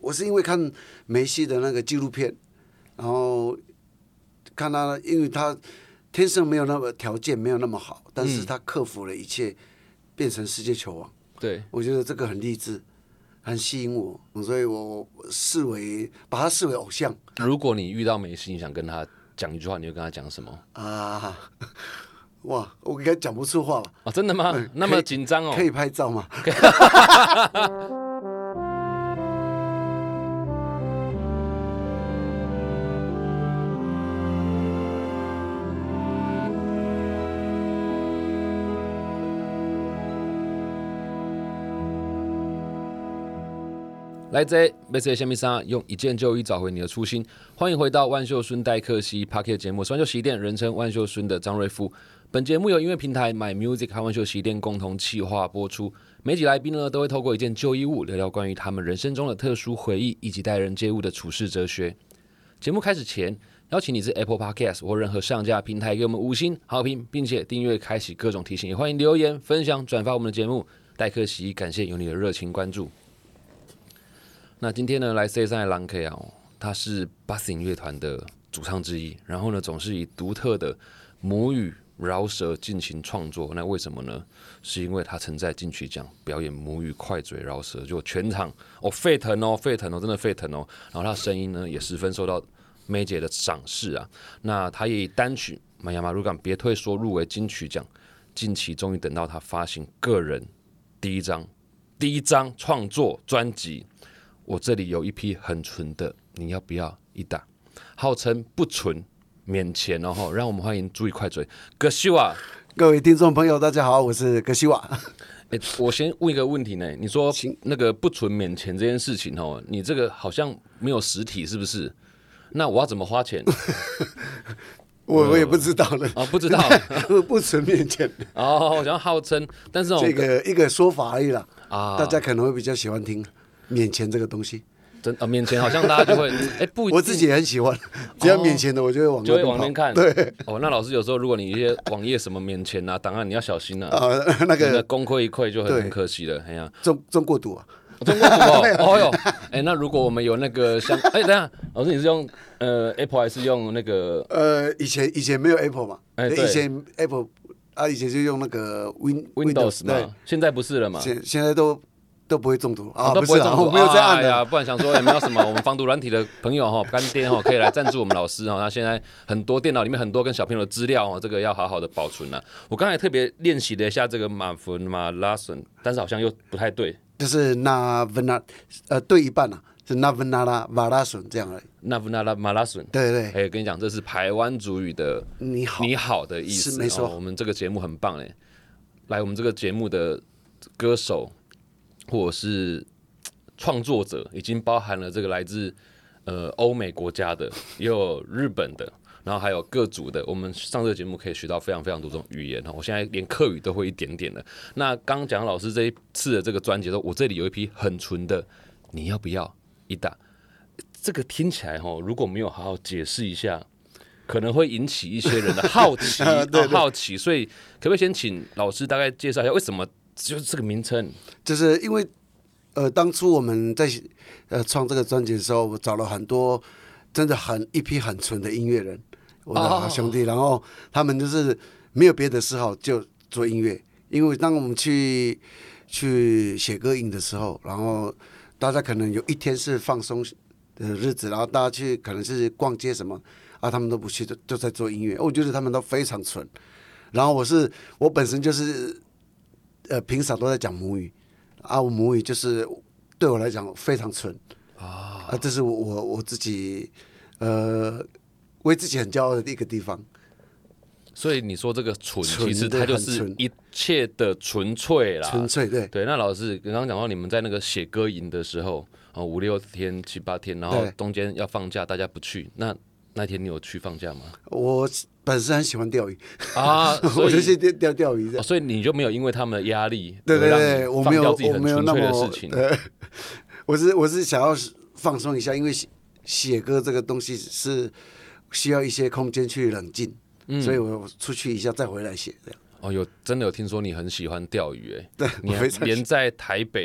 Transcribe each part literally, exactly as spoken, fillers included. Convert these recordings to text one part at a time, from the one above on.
我是因为看梅西的那个纪录片，然后看他，因为他天生没有那么条件，没有那么好，但是他克服了一切，变成世界球王。 对， 我觉得这个很励志，很吸引我，所以我视为把他视为偶像。 如果你遇到梅西，你想跟他讲一句话，你会跟他讲什么？ 啊，哇，我应该讲不出话吧？ 哦，真的吗？嗯、那么紧张哦？ 可以拍照吗？ 来这要做什么啥？用一件旧衣找回你的初心。欢迎回到万秀孙代客西 Podcast 节目，是万秀洗衣店人称万秀孙的张瑞夫。本节目由音乐平台 My Music 和万秀洗衣店共同企划播出。每集来宾呢都会透过一件旧衣物聊聊关于他们人生中的特殊回忆，以及待人接物的处事哲学。节目开始前，邀请你至 Apple Podcast 或任何上架平台给我们五星好评，并且订阅开启各种提醒，也欢迎留言分享转发我们的节目。代客西感谢有你的热情关注。那今天呢，来 C 三的郎 K 啊，他是 Busing 乐团的主唱之一，然后呢，总是以独特的母语饶舌进行创作。那为什么呢？是因为他曾在金曲奖表演母语快嘴饶舌，就全场哦沸腾哦沸腾哦，真的沸腾哦。然后他声音呢也十分受到梅姐的赏识啊。那他也以单曲《玛雅马鲁港别退缩》入围金曲奖，近期终于等到他发行个人第一张第一张创作专辑。我这里有一批很纯的，你要不要一打？号称不纯免钱哦，让我们欢迎注意快嘴葛西瓦。 各位听众朋友，大家好，我是葛西瓦。 欸、我先问一个问题呢，你说那个不纯免钱这件事情哦，你这个好像没有实体，是不是？那我要怎么花钱？ 我我也不知道了啊，不知道， 不纯免钱哦，我想号称，但是这个一个说法而已啦啊， 大家可能会比较喜欢听免钱这个东西。 真啊，免钱好像大家就会哎、欸、不， 我自己也很喜欢，只要免钱的我就会往那就会往那边看。 对， 哦，那老师有时候如果你一些网页什么免钱啊档案，你要小心啊， 啊那个功亏一篽就很很可惜了。哎呀， 中中过毒啊。 中国毒哦，哦哟，哎，那如果我们有那个像，哎，等一下，老师你是用呃 Apple 还是用那个？ 呃，以前以前没有 Apple 嘛， 哎， 以前 Apple 啊，以前就用那个 Win Windows 嘛，现在不是了嘛？ 现现在都都不会中毒啊， 都不会中毒， 我没有在按的呀，不然想说有没有什么我们防毒软体的朋友哈，干爹哈，可以来赞助我们老师哈。那现在很多电脑里面很多跟小朋友的资料哦，这个要好好的保存啊。我刚才特别练习了一下这个马芬马拉松，但是好像又不太对。 就是那文那呃对一半啊，是那文那拉马拉松这样而已。 那文那拉马拉松， 对对。 哎，跟你讲，这是排湾族语的你好你好的意思， 是没错、 哦。我们这个节目很棒哎，来，我们这个节目的歌手或者是创作者，已经包含了这个来自呃欧美国家的，也有日本的。然后还有各族的，我们上这个节目可以学到非常非常多种语言。我现在连客语都会一点点了。那刚刚讲老师这一次的这个专辑说，我这里有一批很纯的，你要不要一打？这个听起来如果没有好好解释一下，可能会引起一些人的好奇，对对好奇。所以可不可以先请老师大概介绍一下，为什么就是这个名称？ 就是因为呃，当初我们在呃创这个专辑的时候，我找了很多真的很一批很纯的音乐人。我的好兄弟， oh. 然后他们就是没有别的嗜好，就做音乐。因为当我们去去写歌营的时候，然后大家可能有一天是放松的日子，然后大家去可能是逛街什么啊，他们都不去，就就在做音乐。我觉得他们都非常纯。然后我是我本身就是呃平常都在讲母语啊，我母语就是对我来讲非常纯、oh. 啊，这是我我我自己呃。为自己很骄傲的一个地方， 所以你说这个纯，其实它就是一切的纯粹啦， 纯粹对对。那老师刚刚讲到你们在那个写歌营的时候，哦五六天七八天，然后中间要放假，大家不去，那那天你有去放假吗？ 我本身很喜欢钓鱼啊， 我就去钓钓鱼、 哦，所以你就没有因为他们的压力， 对对对，我没有自己很纯粹的事情。 对，我是我是想要放松一下，因为写歌这个东西是。需要一些空间去冷静、嗯，所以我出去一下再回来写这样。 哦，有真的有听说你很喜欢钓鱼哎、欸， 对， 你连在台北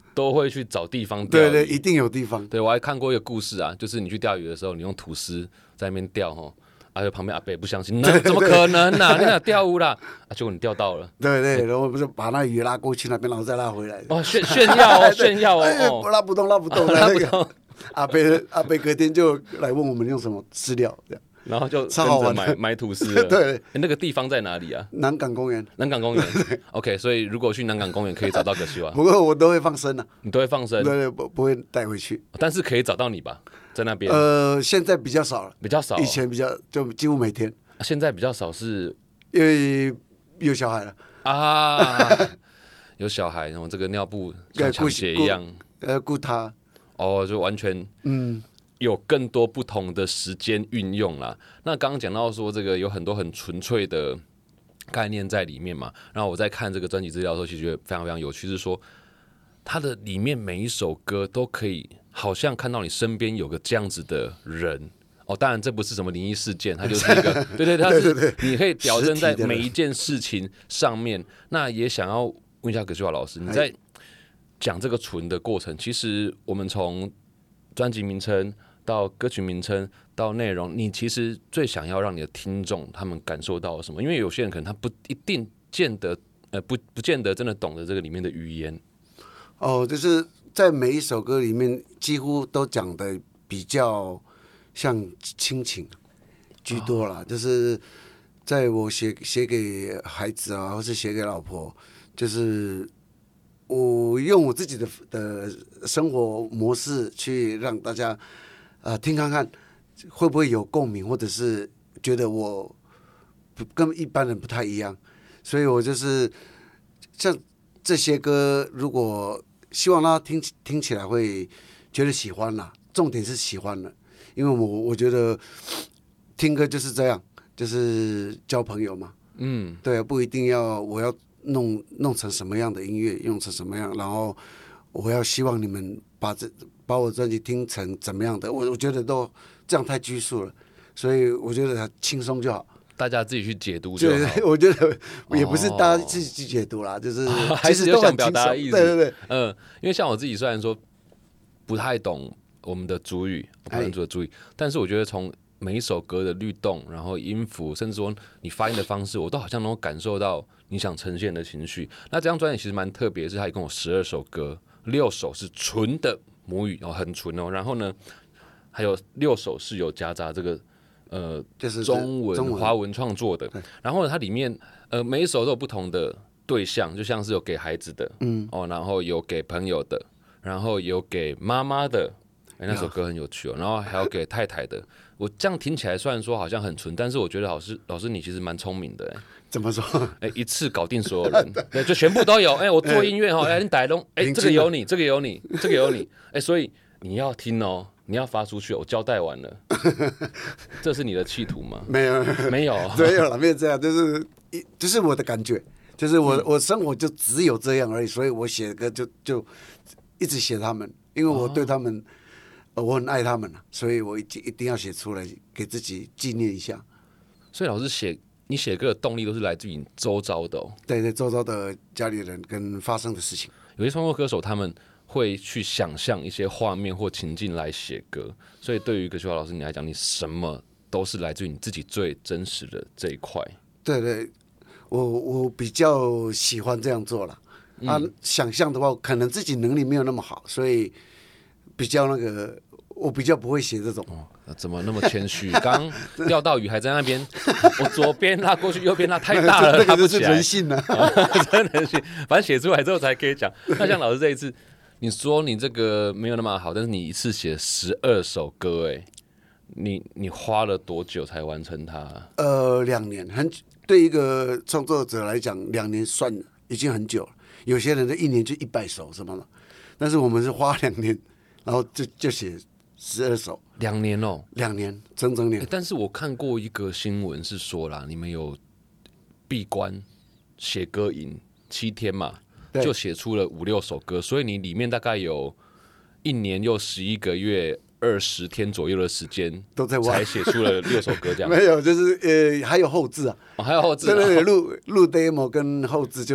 都会去找地方钓鱼。 对对，一定有地方。 对，我还看过一个故事啊，就是你去钓鱼的时候，你用吐司在那边钓哈，啊，旁边阿伯不相信，那怎么可能啊？你哪钓鱼啦？啊，结果你钓到了。 对对，然后不是把那鱼拉过去那边，然后再拉回来。 哦，炫炫耀哦，炫耀哦， 哦拉不动，拉不动， 拉不动。 阿伯阿伯隔天就来问我们用什么饲料，这样。 然后就超好玩买买吐司了。 对、欸， 那个地方在哪里啊？ 南港公园。 南港公园。OK， 所以如果去南港公园可以找到葛西瓦。 不过我都会放生啊。 你都会放生？ 对对，不不会带回去。 但是可以找到你吧，在那边。 呃，现在比较少了， 比较少、哦。 以前比较就几乎每天。 现在比较少是因为有小孩了啊，有小孩，然后这个尿布像抢血一样， 呃，顾他。 哦，就完全嗯。有更多不同的时间运用啦。那刚刚讲到说，这个有很多很纯粹的概念在里面嘛。然后我在看这个专辑资料的时候，其实觉得非常非常有趣，是说它的里面每一首歌都可以，好像看到你身边有个这样子的人。哦，当然这不是什么灵异事件，它就是一个，对对，它是你可以表征在每一件事情上面。那也想要问一下葛西瓦老师，你在讲这个纯的过程，其实我们从专辑名称到歌曲名称到内容，你其实最想要让你的听众他们感受到什么？因为有些人可能他不一定见得呃不不见得真的懂得这个里面的语言。 哦，就是在每一首歌里面几乎都讲的比较像亲情居多啦，哦、就是在我写写给孩子啊，或是写给老婆，就是我用我自己的的生活模式去让大家。呃，听看看会不会有共鸣，或者是觉得我跟一般人不太一样，所以我就是像这些歌，如果希望他听听起来会觉得喜欢啦，重点是喜欢了，因为我我觉得听歌就是这样，就是交朋友嘛，嗯，对，不一定要我要弄弄成什么样的音乐，用成什么样，然后我要希望你们把这。把我专辑听成怎么样的，我我觉得都这样太拘束了，所以我觉得轻松就好， 大家自己去解读就好。 对，我觉得也不是大家自己去解读啦，哦、就是还是有想表达的意思。 对对对， 嗯，因为像我自己虽然说不太懂我们的族语，不能做族语，但是我觉得从每一首歌的律动，然后音符，甚至说你发音的方式，我都好像能够感受到你想呈现的情绪。那这张专辑其实蛮特别，是它一共有十二首歌，六首是纯的。母语哦，很纯哦，然后呢，还有六首是有夹杂这个呃， 就是中文、华文创作的。然后呢，它里面呃每一首都有不同的对象，就像是有给孩子的，嗯哦，然后有给朋友的，然后有给妈妈的，哎，那首歌很有趣哦，然后还有给太太的。我这样听起来虽然说好像很纯，但是我觉得老师老师你其实蛮聪明的哎。 怎么说？ 哎，一次搞定所有人，对，就全部都有。哎，我做音乐哈，哎，你打东，哎，这个有你，这个有你，这个有你，哎，所以你要听哦，你要发出去，我交代完了。这是你的企图吗？ 没有， 没有， 没有了，没有这样，就是一，就是我的感觉，就是我、嗯、我生活就只有这样而已，所以我写歌就就一直写他们，因为我对他们，哦、我很爱他们，所以我一一定要写出来，给自己纪念一下。 所以老师写。你写歌的动力都是来自于你周遭的哦， 对对，周遭的家里人跟发生的事情。 有些创作歌手他们会去想象一些画面或情境来写歌，所以对于葛西瓦老师你来讲，你什么都是来自于你自己最真实的这一块。 对对，我我比较喜欢这样做了。嗯、啊，想象的话，可能自己能力没有那么好，所以比较那个。我比较不会写这种、 哦，怎么那么谦虚？刚钓到鱼还在那边，我左边拉过去，右边拉太大了，拉不起来。 这人性呢、啊哦，真人性。反正写出来之后才可以讲。那像老师这一次，你说你这个没有那么好，但是你一次写十二首歌，哎，你你花了多久才完成它？ 呃，两年，很对一个创作者来讲，两年算已经很久了。有些人的一年就一百首什么的，但是我们是花两年，然后就就写。十二首， 两年哦， 两年，整整年。 但是我看过一个新闻是说啦，你们有闭关写歌营七天嘛，就写出了五六首歌，所以你里面大概有一年又十一个月二十天左右的时间都在玩， 才写出了六首歌这样。 没有，就是呃还有后制啊， 哦、还有后制、 啊，对对对，录录 demo 跟后制就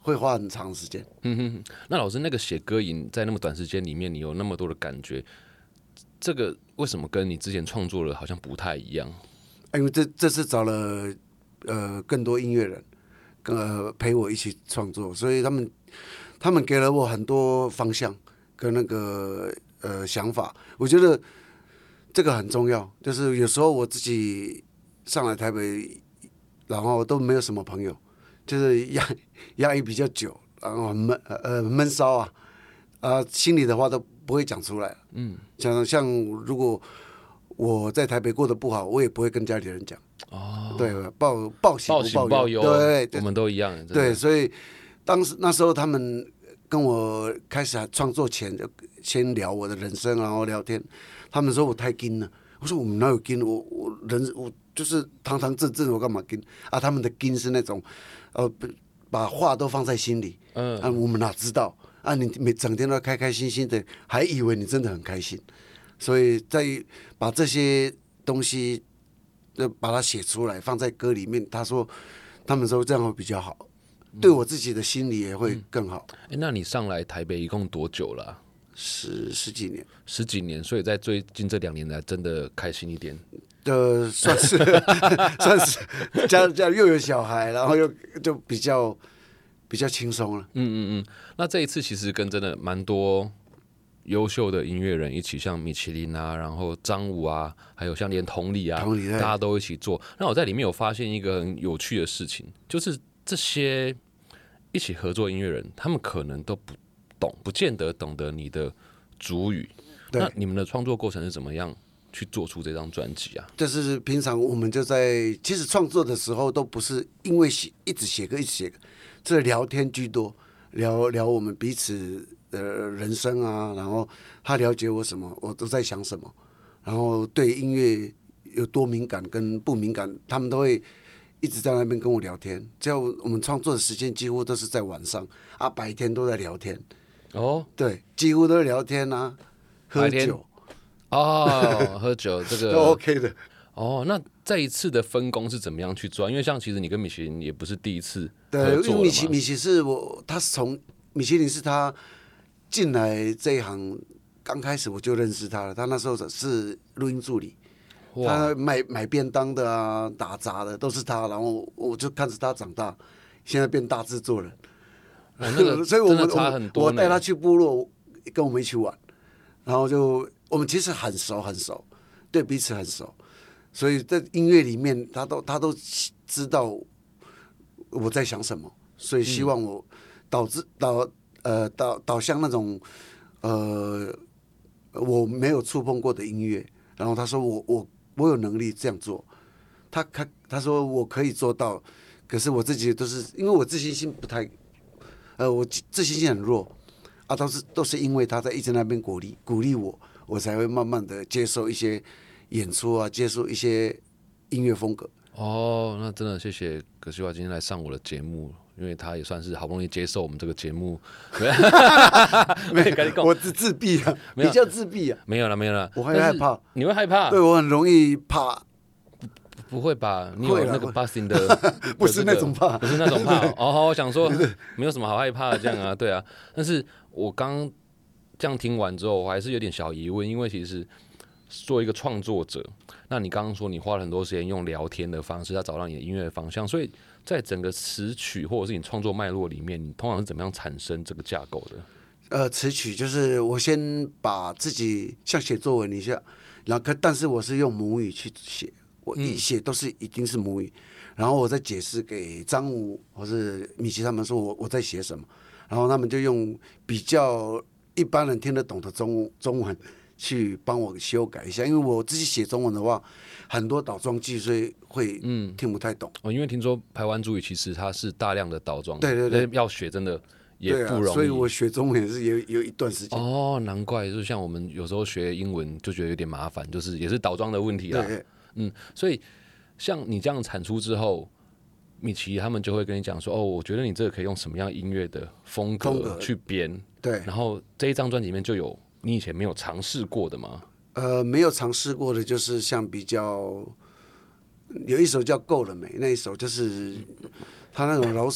会花很长时间。 嗯哼，那老师那个写歌吟在那么短时间里面，你有那么多的感觉，这个为什么跟你之前创作的好像不太一样？ 因为这这次找了呃更多音乐人，呃陪我一起创作，所以他们他们给了我很多方向跟那个呃想法，我觉得这个很重要。就是有时候我自己上来台北，然后都没有什么朋友，就是压压抑比较久，然后很闷呃闷骚啊啊、呃，心里的话都不会讲出来。嗯，像像如果我在台北过得不好，我也不会跟家里人讲。哦，对，报报喜不报忧，对， 我们都一样。 对，所以当时那时候他们跟我开始创作前，就先聊我的人生，然后聊天。他们说我太金了，我说我们哪有金？我我人我就是堂堂正正，我干嘛金啊？他们的金是那种，呃，把话都放在心里。嗯，啊，我们哪知道啊？你每整天都开开心心的，还以为你真的很开心。所以在把这些东西，呃，把它写出来，放在歌里面。他说，他们说这样会比较好，对我自己的心里也会更好。 哎、嗯，那你上来台北一共多久了、啊？ 十十几年， 十几年，所以在最近这两年来，真的开心一点。 呃，算是算是家家又有小孩，然后又就比较比较轻松了。 嗯嗯嗯。那这一次其实跟真的蛮多优秀的音乐人一起，像米其林啊，然后张武啊，还有像连同理啊， 同理大家都一起做。那我在里面有发现一个很有趣的事情，就是这些一起合作音乐人，他们可能都不懂，不见得懂得你的主语。那你们的创作过程是怎么样去做出这张专辑啊？ 就是平常我们就在，其实创作的时候都不是因为写一直写歌一直写歌，这聊天居多，聊聊我们彼此的人生啊，然后他了解我什么，我都在想什么，然后对音乐有多敏感跟不敏感，他们都会一直在那边跟我聊天。只要我们创作的时间几乎都是在晚上啊，白天都在聊天。哦，对，几乎都是聊天啊，喝酒。 哦，喝酒这个都 OK 的。 哦，那这一次的分工是怎么样去做？因为像其实你跟米其林也不是第一次合作了嘛。 对，因为米其米其是我，他是从米其林是他进来这一行刚开始我就认识他了。他那时候是录音助理，他买买便当的啊，打杂的都是他，然后我就看着他长大，现在变大制作人。 哦那个、 所以我们差很多我带他去部落，跟我们一起玩，然后就我们其实很熟很熟，对彼此很熟，所以在音乐里面他都他都知道我在想什么，所以希望我导致导呃导导向那种呃我没有触碰过的音乐，然后他说我我我有能力这样做，他他他说我可以做到，可是我自己都是因为我自信心不太。呃，我自信心很弱啊，都是都是因为他在一直那边鼓励鼓励我，我才会慢慢的接受一些演出啊，接受一些音乐风格。 哦，那真的谢谢葛西华今天来上我的节目，因为他也算是好不容易接受我们这个节目。 没有，我自自闭啊，比较自闭啊。 没有了，没有了， 我会害怕。 你会害怕？ 对，我很容易怕。 不会吧？你有那个 busing 的、這個， 不是那種怕， 不是那種怕哦。哦，我想說沒有什麼好害怕的，這樣啊，對啊。但是我剛這樣聽完之後，我還是有點小疑問，因為其實作為一個創作者，那你剛剛說你花了很多時間用聊天的方式，要找到你的音樂方向，所以在整個詞曲或者是你創作脈絡裡面，你通常是怎麼樣產生這個架構的？ 呃，詞曲就是我先把自己像寫作文一下，然後但是我是用母語去寫。我一寫都是一定是母語，然後我再解釋給張武或是米奇他們說我我在寫什麼，然後他們就用比較一般人聽得懂的中中文去幫我修改一下，因為我自己寫中文的話，很多倒裝句所以會聽不太懂。 嗯、哦，因為聽說排灣族語其實它是大量的倒裝， 對對對， 要學真的也不容易， 啊、所以我學中文也是有有一段時間。 哦，難怪，就像我們有時候學英文就覺得有點麻煩，就是也是倒裝的問題啦。對嗯，所以像你這樣產出之後，米奇他們就會跟你講說，哦，我覺得你這個可以用什麼樣音樂的風格去編， 對， 然後這一張專輯裡面就有你以前沒有嘗試過的嗎？ 呃，沒有嘗試過的，就是像比較有一首叫《夠了沒》，那一首就是他那種饒舌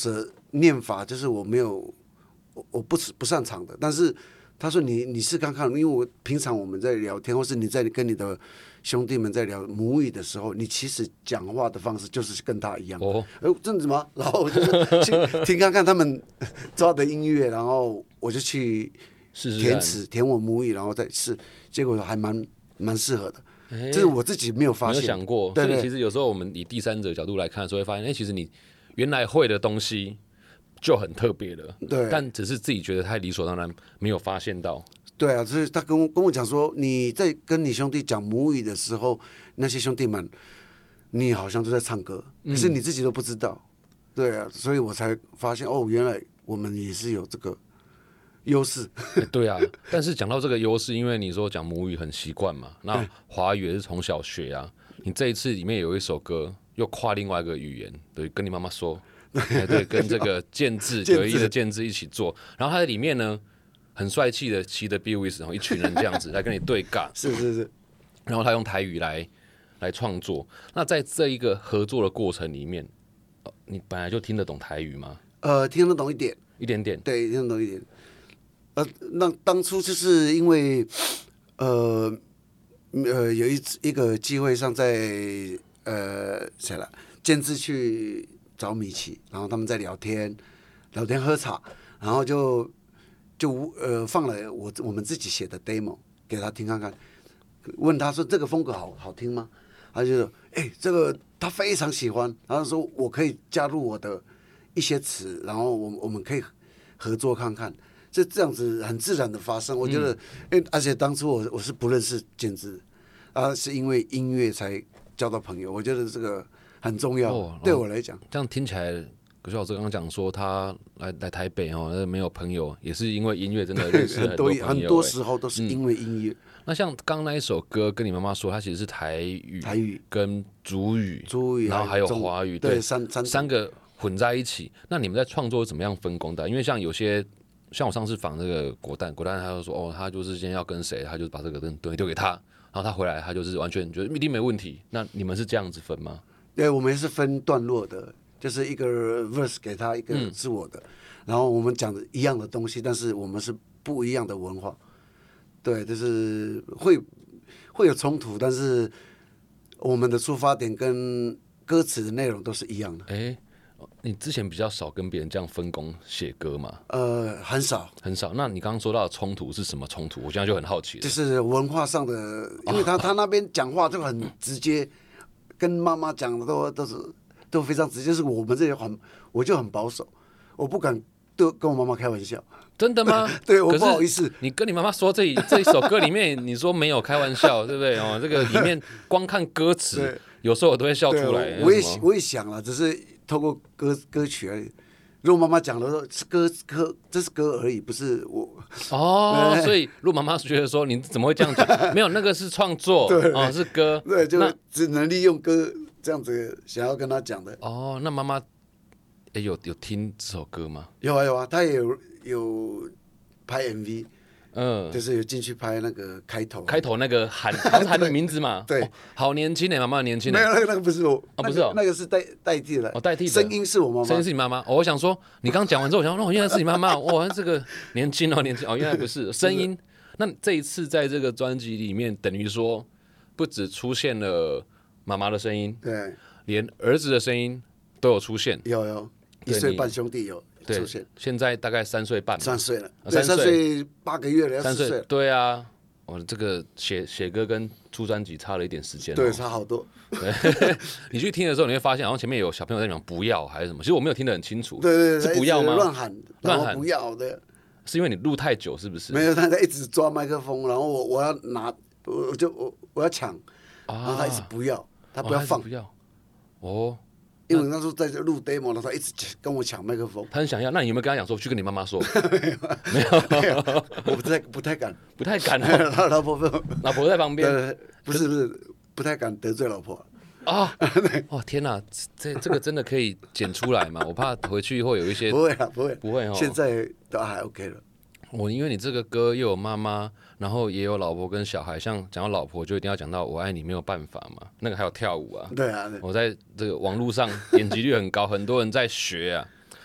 念法就是我没有我我不不擅长的，但是他说你你试看看，因为我平常我们在聊天，或是你在跟你的兄弟们在聊母语的时候，你其实讲话的方式就是跟他一样。哦，哎，真的吗？然后我就去听看看他们抓的音乐，然后我就去填词填我母语，然后再试，结果还蛮蛮适合的。欸、这是我自己没有发现， 没有想过。对对，所以其实有时候我们以第三者角度来看的时候，会发现，哎、欸，其实你原来会的东西就很特别了，对，但只是自己觉得太理所当然，没有发现到。 对啊，所以他跟我跟我讲说，你在跟你兄弟讲母语的时候，那些兄弟们，你好像都在唱歌，可是你自己都不知道。嗯、对啊，所以我才发现哦，原来我们也是有这个优势。 欸、对啊，但是讲到这个优势，因为你说讲母语很习惯嘛，那华语也是从小学啊。你这一次里面有一首歌，又跨另外一个语言，对，跟你妈妈说。对, 对，跟这个建制九一的建制一起做，然后他在里面呢，很帅气的骑着 B W S， 然后一群人这样子来跟你对尬， 是是是， 然后他用台语来来创作。那在这一个合作的过程里面，呃、你本来就听得懂台语吗？ 呃，听得懂一点， 一点点， 对，听得懂一点。呃，那当初就是因为呃呃有一一个机会上在呃谁了，建制去找米奇，然后他们在聊天，聊天喝茶，然后就就呃放了我我们自己写的 demo 给他听看看，问他说这个风格好好听吗？他就说哎、欸、这个他非常喜欢，然后说我可以加入我的一些词，然后我我们可以合作看看，这这样子很自然的发生。我觉得，嗯、而且当初我我是不认识建制，啊是因为音乐才交到朋友，我觉得这个很重要，哦、对我来讲。 这样听起来，葛老师刚刚讲说他来来台北哦，没有朋友，也是因为音乐真的认识很多朋友。 很多时候都是因为音乐。嗯、 那像刚刚那一首歌，跟你妈妈说，它其实是台语、 台语跟族语、 族语， 然后还有华语， 对， 对三三三个混在一起。那你们在创作怎么样分工的？因为像有些。像我上次访那个国蛋，国蛋他就说，哦，他就是今天要跟谁，他就把这个东西丢给他，然后他回来，他就是完全觉得一定没问题。那你们是这样子分吗？ 对，我们是分段落的，就是一个 verse 给他，一个是我的，嗯、然后我们讲的一样的东西，但是我们是不一样的文化，对，就是会会有冲突，但是我们的出发点跟歌词的内容都是一样的。 哎。你之前比较少跟别人这样分工写歌吗？ 呃，很少， 很少。那你刚刚说到的冲突是什么冲突？我现在就很好奇了。 就是文化上的，因为他、哦、他那边讲话就很直接，跟妈妈讲的都都是都非常直接。是我们这里很，我就很保守，我不敢对跟我妈妈开玩笑。 真的吗？ 对，我不好意思。 你跟你妈妈说这这一首歌里面，你说没有开玩笑，对不对？哦，这个里面光看歌词，有时候我都会笑出来。 我也我也想了，只是。透过歌歌曲而已。如果妈妈讲的说是歌歌，这是歌而已，不是我。 哦，所以如果妈妈觉得说你怎么会这样讲？没有，那个是创作，哦，是歌。 对，就只能利用歌这样子想要跟他讲的。 哦，那妈妈有有听这首歌吗？ 有啊有啊，她也有有拍 M V。 嗯， 就是有进去拍那个开头， 开头那个喊，他是喊你名字嘛？ 对， 哦、好年轻的妈妈年轻没有那个那个不是我啊、哦，不是哦， 那个是代代替的， 哦，代替的， 声音是我妈妈， 声音是你妈妈。哦，我想说，你刚讲完之后，我想说，哦，原来是你妈妈，哇，这个年轻哦，年轻哦，原来不是声音。那这一次在这个专辑里面，等于说不只出现了妈妈的声音， 对， 连儿子的声音都有出现， 有有一岁半兄弟有。 对，现在大概三岁半， 三岁了， 啊、三岁八个月了，要四岁了。 对啊，我这个写写歌跟出专辑差了一点时间、哦， 对，差好多。 对，你去听的时候，你会发现，好像前面有小朋友在讲不要还是什么，其实我没有听得很清楚。 对对对，是不要吗？ 乱喊， 乱喊不要的， 是因为你录太久，是不是？ 没有，他在一直抓麦克风，然后我我要拿，我就我我要抢， 啊、 然后他一直不要，他不要放， 哦、不要，哦。 因为那时候在录 demo 的时候，一直跟我抢麦克风。 他很想要，那你有没有跟他讲说去跟你妈妈说？ 没有，没有，我不太不太敢， 不太敢、哦。 他老婆老婆在旁边， 不是不是，不太敢得罪老婆啊。哦天哪，这这个真的可以剪出来吗？我怕回去以后有一些不会啊，不会， 不会哦。 现在都还 OK 了。 我因为你这个歌又有妈妈，然后也有老婆跟小孩，像讲到老婆就一定要讲到我爱你没有办法嘛，那个还有跳舞啊， 对啊， 我在这个网络上点击率很高，很多人在学啊。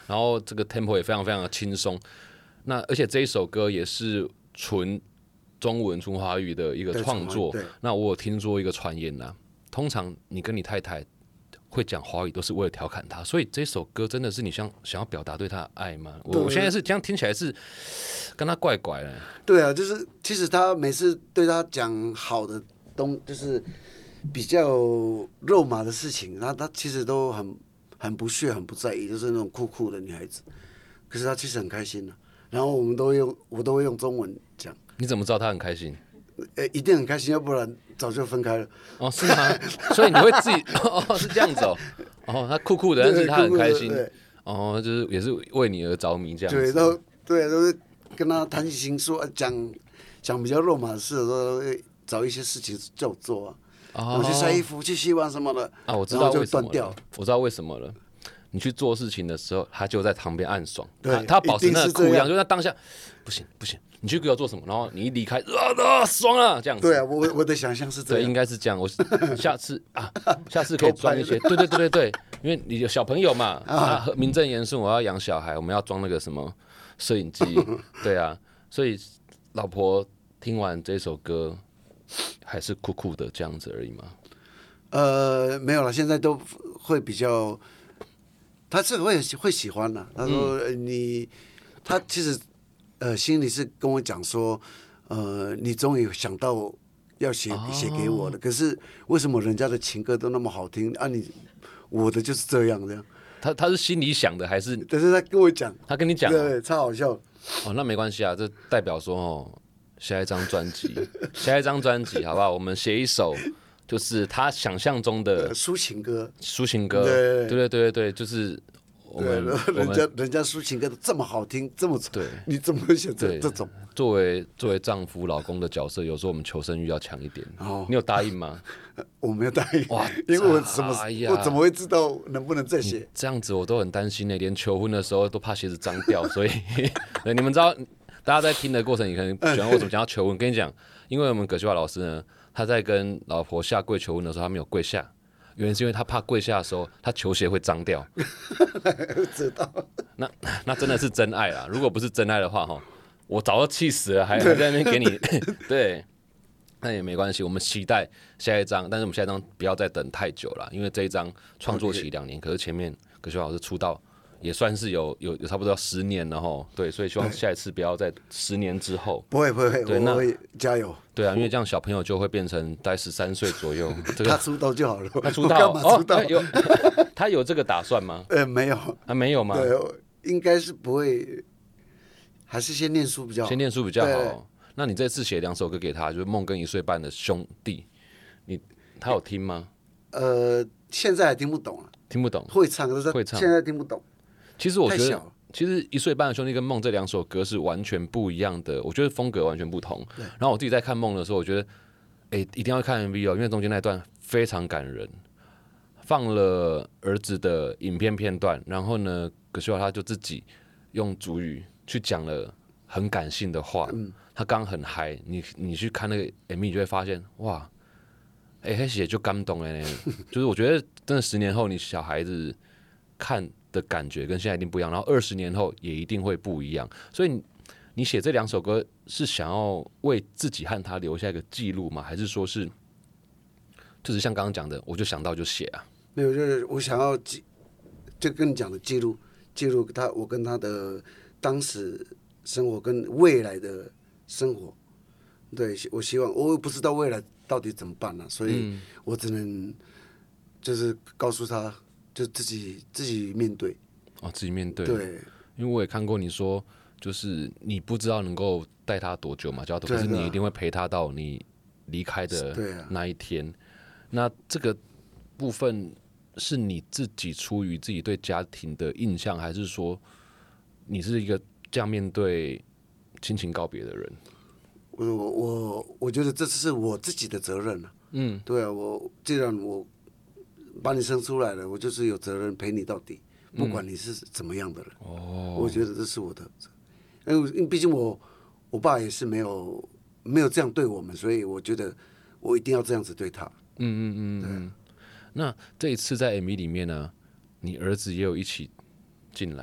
然后这个 tempo 也非常非常的轻松。那而且这一首歌也是纯中文、纯华语的一个创作。那我有听说一个传言呐、啊，通常你跟你太太会讲华语都是为了调侃她，所以这首歌真的是你想想要表达对她的爱吗？我我现在是这样听起来是跟她怪怪的。 对啊，就是其实他每次对他讲好的东，就是比较肉麻的事情，他他其实都很很不屑、很不在意，就是那种酷酷的女孩子。可是他其实很开心的、啊，然后我们都会用我都会用中文讲。 你怎么知道她很开心？ 呃，一定很开心，要不然早就分开了。 哦，是吗？所以你会自己哦，是这样子哦。哦，他酷酷的，但是他很开心。哦，就是也是为你而着迷这样子。 对，都对，都是跟他谈心说讲讲比较肉麻的事的时候，会找一些事情叫我做啊。哦、我去晒衣服，去洗碗什么的。 啊，我知道为什么了。我知道为什么了。你去做事情的时候，他就在旁边暗爽。他他保持那个酷样，就在当下，不行不行。你去给我做什么？然后你一离开，啊啊，爽了这样子。 对啊，我我的想象是这样。 对，应该是这样。我下次啊，下次可以装一些。对对对对对，因为你有小朋友嘛，啊，名正言顺，我要养小孩，我们要装那个什么摄影机。对啊，所以老婆听完这首歌，还是酷酷的这样子而已嘛。 呃，没有了，现在都会比较，他是会会喜欢的。他说、嗯、你，他其实。呃，心里是跟我讲说，呃，你终于想到要写写给我了。可是为什么人家的情歌都那么好听啊？你我的就是这样这样。 他他是心里想的还是？ 但是他跟我讲， 他跟你讲、 啊，对，超好笑。 哦，那没关系啊，这代表说哦，下一张专辑，下一张专辑好不好？我们写一首。就是他想象中的抒情歌， 抒情歌，对对对对对，就是我们人家人家抒情歌都这么好听，这么对，你怎么会选择这种？ 作为作为丈夫、老公的角色，有时候我们求生欲要强一点。哦，你有答应吗？ 我没有答应，哇，因为我怎么、哎、我怎么会知道能不能再写？ 这样子我都很担心呢，连求婚的时候都怕鞋子脏掉，所以你们知道，大家在听的过程，你可能觉得我怎么讲到求婚？跟你讲，因为我们葛秀华老师呢，他在跟老婆下跪求婚的时候，他没有跪下。原因是因为他怕跪下的时候，他球鞋会脏掉。 知道。 那那真的是真爱啦！如果不是真爱的话，哈，我早就气死了，还还在那边给你对，那也没关系。我们期待下一张，但是我们下一张不要再等太久了，因为这一张创作期两年，可是前面葛秀老师出道也算是有有有差不多要十年了哈。对，所以希望下一次不要在十年之后。 不会不会，对，我会加油。 对啊，因为这样小朋友就会变成大概十三岁左右、这个。 他出道就好了。 他出道干嘛出道？ 哦、有他有这个打算吗？ 呃，没有。 啊，没有吗？ 对，应该是不会，还是先念书比较好。 先念书比较好。那你这次写两首歌给他，就是《梦》跟《一岁半的兄弟》，你他有听吗？ 呃，现在还听不懂啊。 听不懂。 会唱，可是会唱，现在听不懂。 其实我觉得。其实《一岁半的兄弟》跟《梦》这两首歌是完全不一样的，我觉得风格完全不同。然后我自己在看《梦》的时候，我觉得，哎、欸，一定要看 M V 哦，因为中间那段非常感人，放了儿子的影片片段，然后呢，葛秀华他就自己用主语去讲了很感性的话。嗯、他刚很嗨，你你去看那个 M V， 你就会发现，哇，哎、欸，那写就感动了呢。就是我觉得，真的十年后，你小孩子看的感觉跟现在一定不一样，然后二十年后也一定会不一样。所以你你写这两首歌是想要为自己和他留下一个记录吗？还是说是就是像刚刚讲的，我就想到就写啊？ 没有，就是我想要记，就跟你讲的记录，记录他我跟他的当时生活跟未来的生活。对，我希望我也不知道未来到底怎么办呢、啊，所以我只能就是告诉他。就自己自己面对， 哦，自己面对。 对， 因为我也看过你说，就是你不知道能够带他多久嘛，叫可是你一定会陪他到你离开的那一天。啊、那这个部分是你自己出于自己对家庭的印象，还是说你是一个这样面对亲情告别的人？ 我我我觉得这是我自己的责任了、啊。嗯，对啊，我既然我。把你生出来了，我就是有责任陪你到底，不管你是怎么样的人。哦、我觉得这是我的责任，因为毕竟我我爸也是没有没有这样对我们，所以我觉得我一定要这样子对他。 嗯嗯嗯嗯。那这一次在 M V 里面呢，你儿子也有一起进来。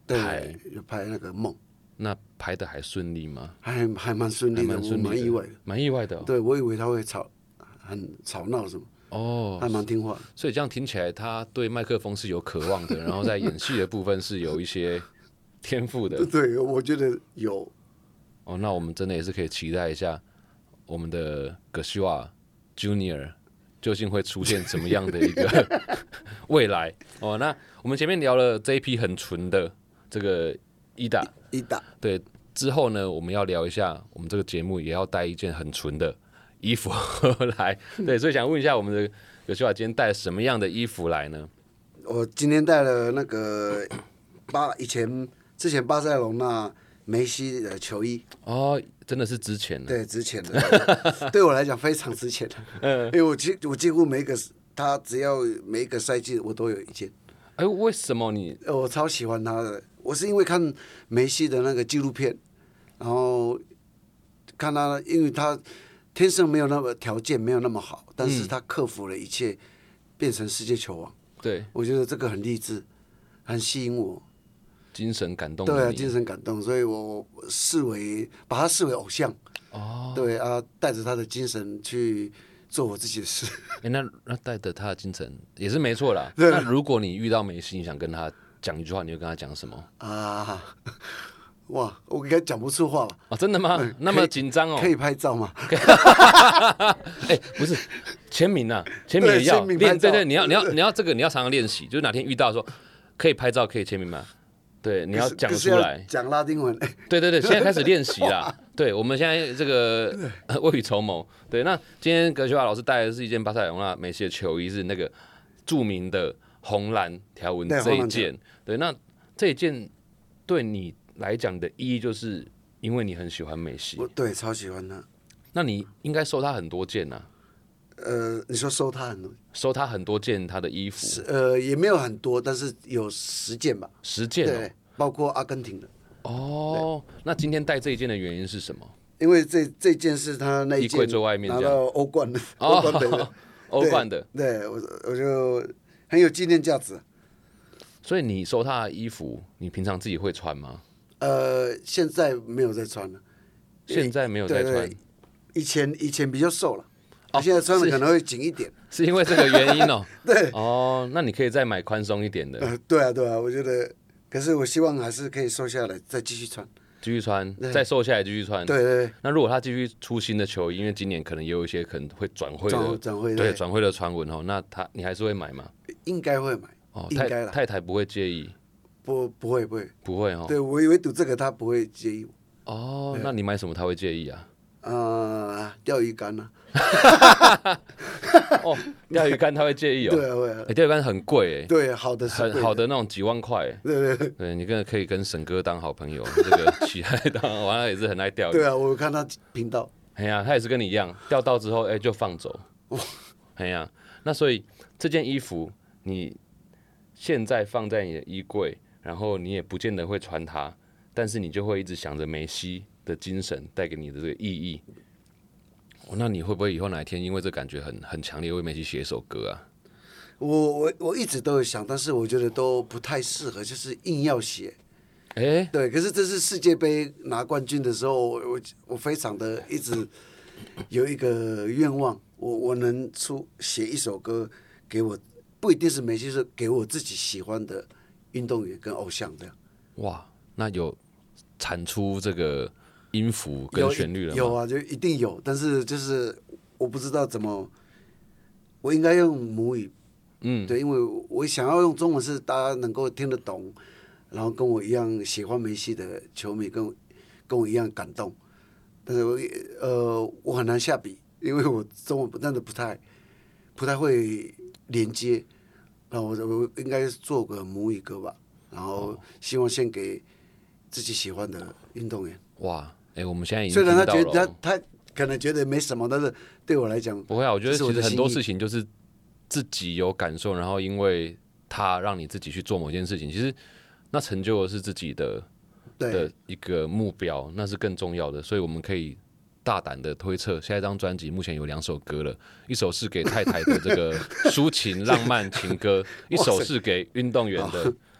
拍， 有拍那个梦。 那拍的还顺利吗？ 还还蛮顺利的，我蛮意外的， 蛮意外的、哦。 对，我以为他会吵，很吵闹什么。 哦， 还蛮听话。 所以这样听起来，他对麦克风是有渴望的，然后在演戏的部分是有一些天赋的。 对，我觉得有。 哦，那我们真的也是可以期待一下我们的葛西瓦 Junior 究竟会出现怎么样的一个未来。哦，那我们前面聊了这一批很纯的这个伊达， 伊达， 对，之后呢，我们要聊一下，我们这个节目也要带一件很纯的衣服来。对，所以想问一下我们的葛西瓦今天带什么样的衣服来呢？ 我今天带了那个巴以前之前巴塞隆那梅西的球衣。 哦，真的是值钱的。 对，值钱的，对我来讲非常值钱的。嗯，因为我几我几乎每一个他只要每一个赛季我都有一件。 哎，为什么你？ 我超喜欢他的，我是因为看梅西的那个纪录片，然后看他，因为他天生没有那么条件，没有那么好，但是他克服了一切，变成世界球王。 对， 我觉得这个很励志，很吸引我。 精神感动， 对啊，精神感动，所以我视为把他视为偶像。哦，对啊，带着他的精神去做我自己的事。 哎，那那带着他的精神也是没错啦。那如果你遇到梅西，你想跟他讲一句话，你会跟他讲什么？ 啊，哇，我应该讲不出话吧？ 哦，真的吗？嗯、那么紧张哦？ 可以拍照吗？ 哎，不是签名啊，签名也要练。对对，你要你要你要这个你要常常练习，就是哪天遇到说可以拍照可以签名吗？对，你要讲出来， 讲拉丁文。 对对对，现在开始练习啦。对，我们现在这个未雨绸缪。对，那今天葛西瓦老师带的是一件巴塞隆纳梅西的球衣，是那个著名的红蓝条纹这一件。对，那这一件对你来讲的意义，就是因为你很喜欢梅西。 对，超喜欢他。 那你应该收他很多件啊。 呃，你说收他很多， 收他很多件他的衣服， 呃，也没有很多，但是有十件吧， 十件、哦， 对，包括阿根廷的。 哦，那今天带这一件的原因是什么？ 因为这这件是他那一件拿到欧冠的，欧冠的， 欧冠的， 对我我就很有纪念价值。 所以你收他的衣服，你平常自己会穿吗？ 呃，现在没有在穿了， 现在没有在穿， 以前以前比较瘦了。哦、现在穿的可能会紧一点， 是因为这个原因哦。 对， 哦，那你可以再买宽松一点的。 呃，对啊，对啊，我觉得，可是我希望还是可以瘦下来，再继续穿， 继续穿，再瘦下来继续穿。 对 对, 对。 那如果他继续出新的球衣，因为今年可能也有一些可能会转会的， 转会对转会的传闻哦，那他你还是会买吗？ 应该会买， 哦， 应该啦。 太太不会介意， 不不会不会不会哦。 对我以为赌这个他不会介意我。 哦，那你买什么他会介意啊？ 呃，钓鱼竿呢、 啊？哦，钓鱼竿他会介意哦。 对啊，会啊。 欸、钓鱼竿很贵哎。 对，好的很好的那种几万块。 对对对。 对，你跟可以跟沈哥当好朋友，这个起来当完了也是很爱钓鱼。 对啊，我看他频道。 哎呀、啊，他也是跟你一样，钓到之后哎、欸、就放走。哎呀、啊，那所以这件衣服你现在放在你的衣柜，然后你也不见得会穿它，但是你就会一直想着梅西的精神带给你的这个意义。哦，那你会不会以后哪一天因为这感觉很很强烈，为梅西写一首歌啊？ 我我我一直都有想，但是我觉得都不太适合，就是硬要写。 哎、欸， 对，可是这是世界杯拿冠军的时候，我我我非常的一直有一个愿望，我我能出写一首歌给我，不一定是梅西，是给我自己喜欢的运动员跟偶像这样。 哇，那有产出这个音符跟旋律了吗？ 有啊，就一定有，但是就是我不知道怎么，我应该用母语，嗯，对，因为我想要用中文是大家能够听得懂，然后跟我一样喜欢梅西的球迷跟跟我一样感动，但是我呃我很难下笔，因为我中文真的不太不太会连接，然后我我应该做个母语歌吧，然后希望献给自己喜欢的运动员。 哇，哎、欸，我们现在已经虽然他觉得他他可能觉得没什么，但是对我来讲不会啊。我觉得其实很多事情就是自己有感受，然后因为他让你自己去做某件事情，其实那成就的是自己的的一个目标，那是更重要的。所以我们可以大胆的推测，下一张专辑目前有两首歌了，一首是给太太的这个抒情浪漫情歌，一首是给运动员的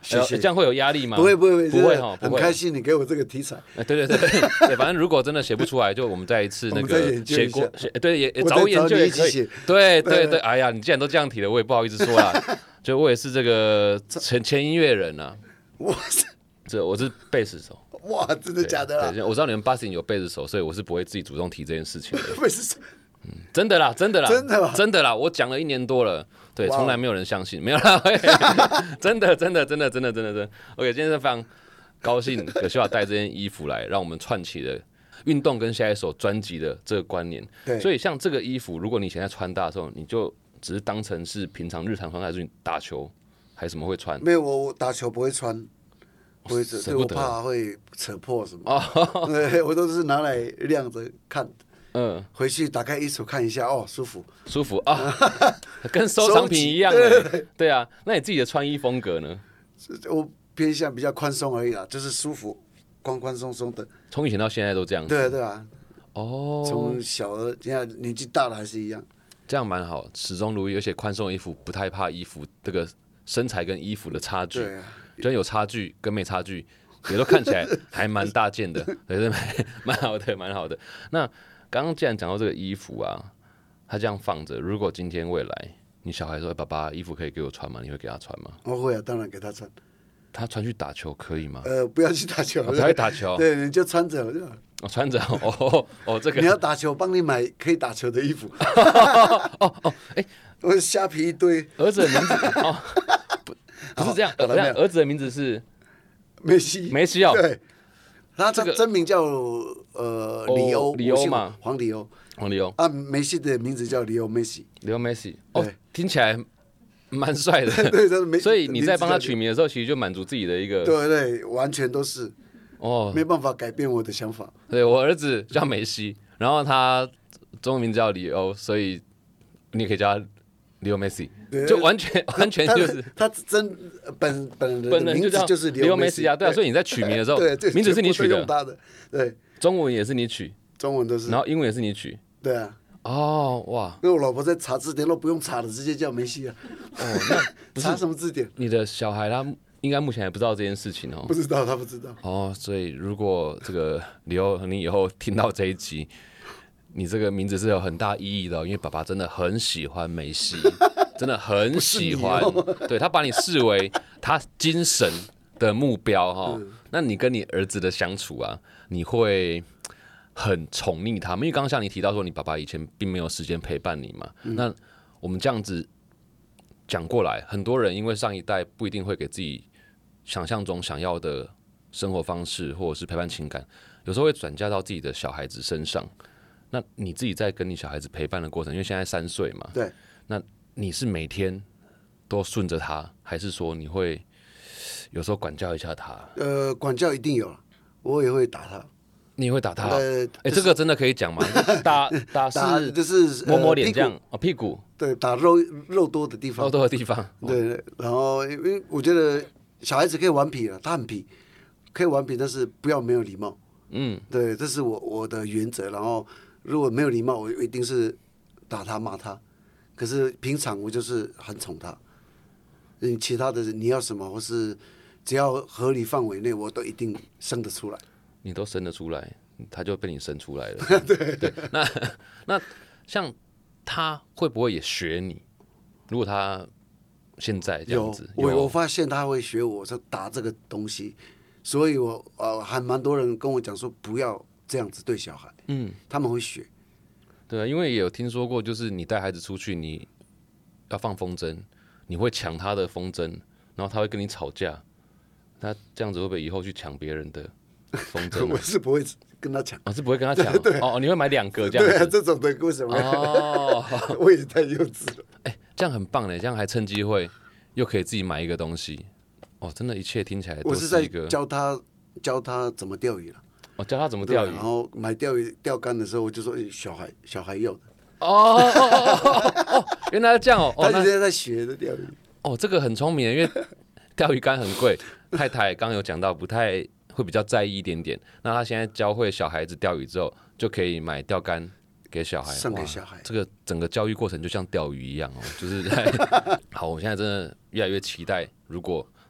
谢谢哎、这样会有压力吗？ 不会不会不会哈， 很开心你给我这个题材。 哎，对对对对，反正如果真的写不出来，就我们再一次那个写过，写对也找我研究也可以。对对对，哎呀，你既然都这样提了，我也不好意思说啦。就我也是这个前前音乐人啊， 哇塞， 这我是贝斯手。 哇，真的假的啦？ 对，我知道你们 Busting 有贝斯手，所以我是不会自己主动提这件事情的。 贝斯手， 嗯，真的啦，真的啦， 真的真的啦，我讲了一年多了，对，从来没有人相信，没有啦，真的真的真的真的真的真的。OK， 今天是非常高兴葛修亚带这件衣服来，让我们串起了运动跟下一首专辑的这个关联。 对， 所以像这个衣服，如果你以前在穿搭的时候，你就只是当成是平常日常穿，还是你打球还是什么会穿？ 没有，我打球不会穿。不会扯，对我怕会扯破什么。哦，对，我都是拿来晾着看。嗯，回去打开衣橱看一下，哦，舒服， 舒服啊，跟收藏品一样的。对, 对, 对啊，那你自己的穿衣风格呢？ 我偏向比较宽松而已啦，就是舒服，宽宽松松的。 从以前到现在都这样子。 对啊，对啊。 哦。 从小的现在年纪大了还是一样。 这样蛮好，始终如一，而且宽松的衣服不太怕衣服这个身材跟衣服的差距。对啊。就算有差距跟没差距，也都看起来还蛮大件的，对，蛮好的，蛮好的。那刚刚既然讲到这个衣服啊，他这样放着，如果今天未来你小孩说：“爸爸，衣服可以给我穿吗？”你会给他穿吗？ 我会啊，当然给他穿。 他穿去打球可以吗？ 呃，不要去打球， 哦、不要去打球。 对，你就穿着就好。 哦，穿着哦哦，这个你要打球，帮你买可以打球的衣服。 哦哦，哎， 我虾皮一堆。 儿子的名字哦。不是这样，这样儿子的名字是梅西， 梅西哦， 对，他这个真名叫呃里欧， 里欧嘛， 黄里欧， 黄里欧啊，梅西的名字叫里欧梅西， 里欧梅西，哦，听起来蛮帅的， 对，这是所以你在帮他取名的时候，其实就满足自己的一个， 对对，完全都是，哦，没办法改变我的想法。 对我儿子叫梅西，然后他中文名字叫里欧，所以你也可以叫他。Leo Messi 就完全完全就是他真本本人的名字就是 Leo Messi 啊，对啊，所以你在取名的时候，名字是你取的， 对， 中文也是你取， 中文都是， 然后英文也是你取， 对啊， 哦哇， 那我老婆在查字典都不用查了，直接叫梅西啊，哦，那查什么字典？ 你的小孩他应该目前还不知道这件事情哦， 不知道，他不知道哦，所以如果这个Leo你以后听到这一集。你这个名字是有很大意义的、哦，因为爸爸真的很喜欢梅西，真的很喜欢，哦、对他把你视为他精神的目标哈、哦。嗯、那你跟你儿子的相处啊，你会很宠溺他们，因为刚刚像你提到说，你爸爸以前并没有时间陪伴你嘛。嗯、那我们这样子讲过来，很多人因为上一代不一定会给自己想象中想要的生活方式或者是陪伴情感，有时候会转嫁到自己的小孩子身上。那你自己在跟你小孩子陪伴的过程，因为现在三岁嘛， 对， 那你是每天都顺着他，还是说你会有时候管教一下他？ 呃，管教一定有，我也会打他。 你也会打他？呃，哎、欸，这个真的可以讲吗？打打是就是摸摸脸这样啊、呃，屁股对，打肉肉多的地方， 肉多的地方。 对，然后因为我觉得小孩子可以顽皮了，他很皮，可以顽皮，但是不要没有礼貌。嗯，对，这是我我的原则，然后。如果没有礼貌，我一定是打他骂他。可是平常我就是很宠他。嗯，其他的你要什么，或是只要合理范围内，我都一定生得出来。 你都生得出来，他就被你生出来了。 对对，那那像他会不会也学你？如果他现在这样子， 有我我发现他会学我，说打这个东西，所以我呃还蛮多人跟我讲说不要这样子对小孩。嗯，他们会学， 对啊，因为也有听说过，就是你带孩子出去，你要放风筝，你会抢他的风筝，然后他会跟你吵架，他这样子会不会以后去抢别人的风筝、啊？ 我是不会跟他抢， 我、哦、是不会跟他抢， 对对哦，你会买两个这样子， 对啊，这种的为什么？哦，我也太幼稚了， 哎、欸，这样很棒嘞，这样还趁机会又可以自己买一个东西，哦，真的，一切听起来都是一个我是在教他教他怎么钓鱼了。 我、哦、教他怎么钓鱼， 然后买钓鱼钓竿的时候，我就说、欸、小孩小孩要的。 哦哦哦哦哦，原来是这样哦。 他现在在学的钓鱼。 哦，这个很聪明，因为钓鱼竿很贵。太太刚有讲到，不太会比较在意一点点。那他现在教会小孩子钓鱼之后，就可以买钓竿给小孩， 送给小孩。 这个整个教育过程就像钓鱼一样哦，就是在好，我现在真的越来越期待，如果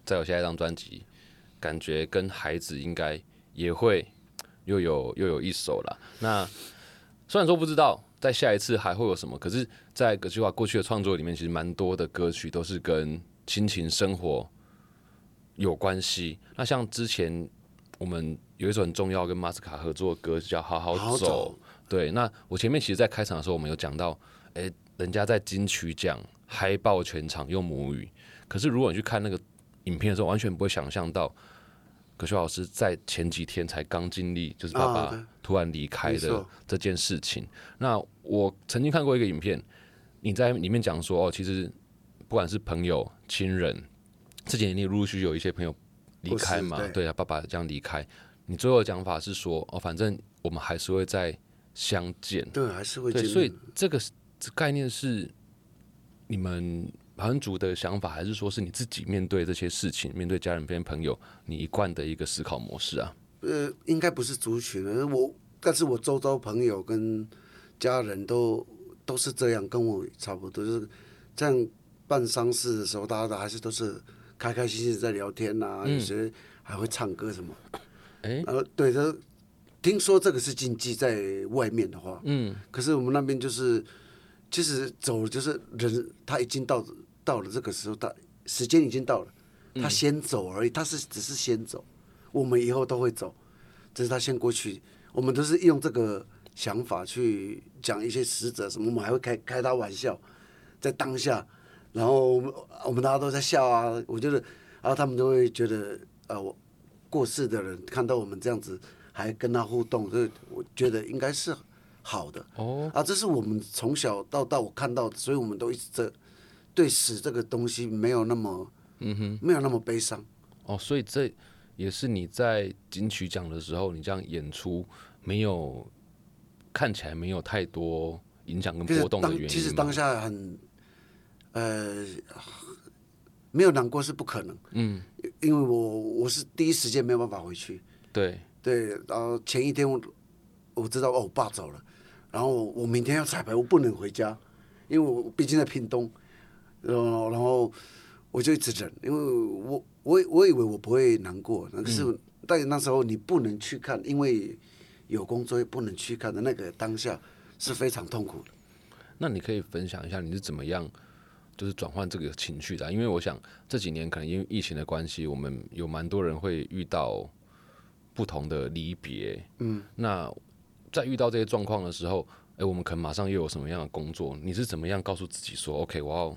再有下一张专辑，感觉跟孩子应该也会又有又有一首了。那虽然说不知道在下一次还会有什么，可是，在葛计划过去的创作里面，其实蛮多的歌曲都是跟亲情生活有关系。那像之前我们有一首很重要跟马斯卡合作的歌叫《好好走》， 好走对。那我前面其实，在开场的时候，我们有讲到，哎、欸，人家在金曲奖嗨爆全场用母语，可是如果你去看那个影片的时候，完全不会想象到。葛修老师在前几天才刚经历，就是爸爸突然离开的这件事情。啊、那我曾经看过一个影片，你在里面讲说，哦，其实不管是朋友、亲人，这几年你陆陆续续有一些朋友离开嘛，对, 对啊，爸爸这样离开，你最后的讲法是说，哦，反正我们还是会再相见， 对，还是会见面。 所以这个概念是你们排湾族的想法，还是说是你自己面对这些事情，面对家人跟朋友，你一贯的一个思考模式啊？ 呃，应该不是族群的，我，但是我周遭朋友跟家人都都是这样，跟我差不多，就是这样办丧事的时候，大家都还是都是开开心心在聊天啊，嗯、有些还会唱歌什么。哎、欸，呃，对的，听说这个是禁忌，在外面的话，嗯，可是我们那边就是，其实走了就是人，他已经到。到了这个时候，他时间已经到了，他先走而已，他是只是先走，我们以后都会走，只是他先过去，我们都是用这个想法去讲一些实则什么，我们还会开开他玩笑，在当下，然后我们大家都在笑啊，我觉得，然后他们都会觉得，呃，我过世的人看到我们这样子，还跟他互动，所以我觉得应该是好的。哦，啊，这是我们从小到大我看到的，所以我们都一直这。对死这个东西没有那么，嗯哼，没有那么悲伤。 哦，所以这也是你在金曲奖的时候，你这样演出没有看起来没有太多影响跟波动的原因吗？ 其实当下很，呃，没有难过是不可能。嗯，因为我我是第一时间没有办法回去。 对对，然后前一天我我知道哦，我爸走了，然后我我明天要彩排，我不能回家，因为我毕竟在屏东。然后，然后我就一直忍，因为我我我以为我不会难过，可是但那时候你不能去看，因为有工作不能去看的那个当下是非常痛苦的。 那你可以分享一下你是怎么样，就是转换这个情绪的、啊？因为我想这几年可能因为疫情的关系，我们有蛮多人会遇到不同的离别。嗯，那在遇到这些状况的时候，哎，我们可能马上又有什么样的工作？你是怎么样告诉自己说 ，OK， 我要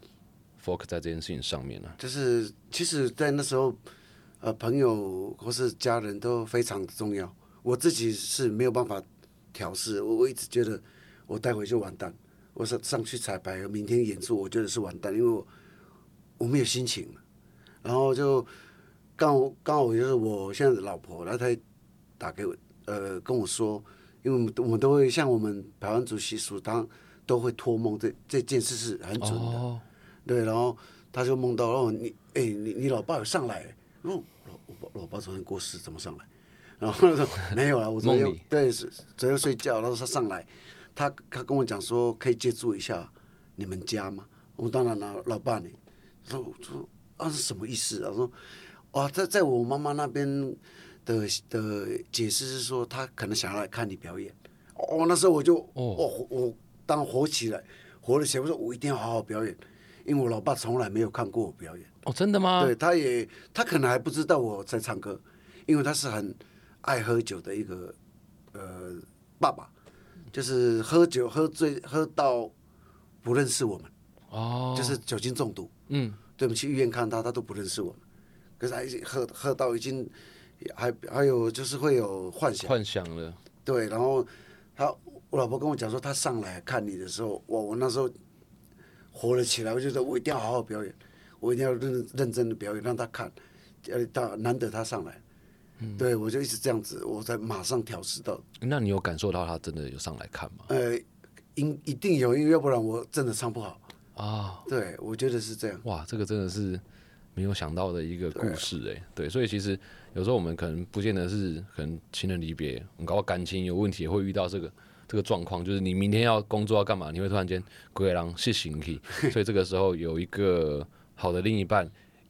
focus 在这件事情上面呢、啊？ 就是其实，在那时候，呃，朋友或是家人都非常重要。我自己是没有办法调试，我我一直觉得我待会就完蛋。我上上去彩排，明天演出，我觉得是完蛋，因为我我没有心情。然后就刚好刚好就是我现在的老婆，然后她打给我，呃，跟我说，因为我们我们都会像我们排湾族习俗，当都会托梦，这这件事是很准的。哦，对，然后他就梦到，哦，你，哎、欸，你你老爸有上来，哦，我老爸昨天过世，怎么上来？然后他说没有啊，我昨天对昨天睡觉，然后他上来，他他跟我讲说可以借住一下你们家吗？我当然了，老爸呢？说我说啊是什么意思啊？说哇，在在我妈妈那边的的解释是说，他可能想要来看你表演。哦，那时候我就哦我当火起来，火了起来，我说我一定要好好表演。因为我老爸从来没有看过我表演。 哦，真的吗？ 对，他也他可能还不知道我在唱歌，因为他是很爱喝酒的一个呃爸爸，就是喝酒喝醉喝到不认识我们，哦，就是酒精中毒。嗯，对，我们去医院看他，他都不认识我们，可是还喝喝到已经还还有就是会有幻想， 幻想了。 对，然后他我老婆跟我讲说，他上来看你的时候，我我那时候活了起来，我就说我一定要好好表演，我一定要认认真的表演，让他看，呃，他难得他上来，嗯，对我就一直这样子，我才马上调试到。 那你有感受到他真的有上来看吗？ 呃，一一定有，因为要不然我真的唱不好啊。对，我觉得是这样。 哇，这个真的是没有想到的一个故事哎、欸。对，所以其实有时候我们可能不见得是可能亲人离别，我们搞到感情有问题，也会遇到这个。这个状况就是你明天要工作要干嘛，你会突然间鬼狼是行体，所以这个时候有一个好的另一半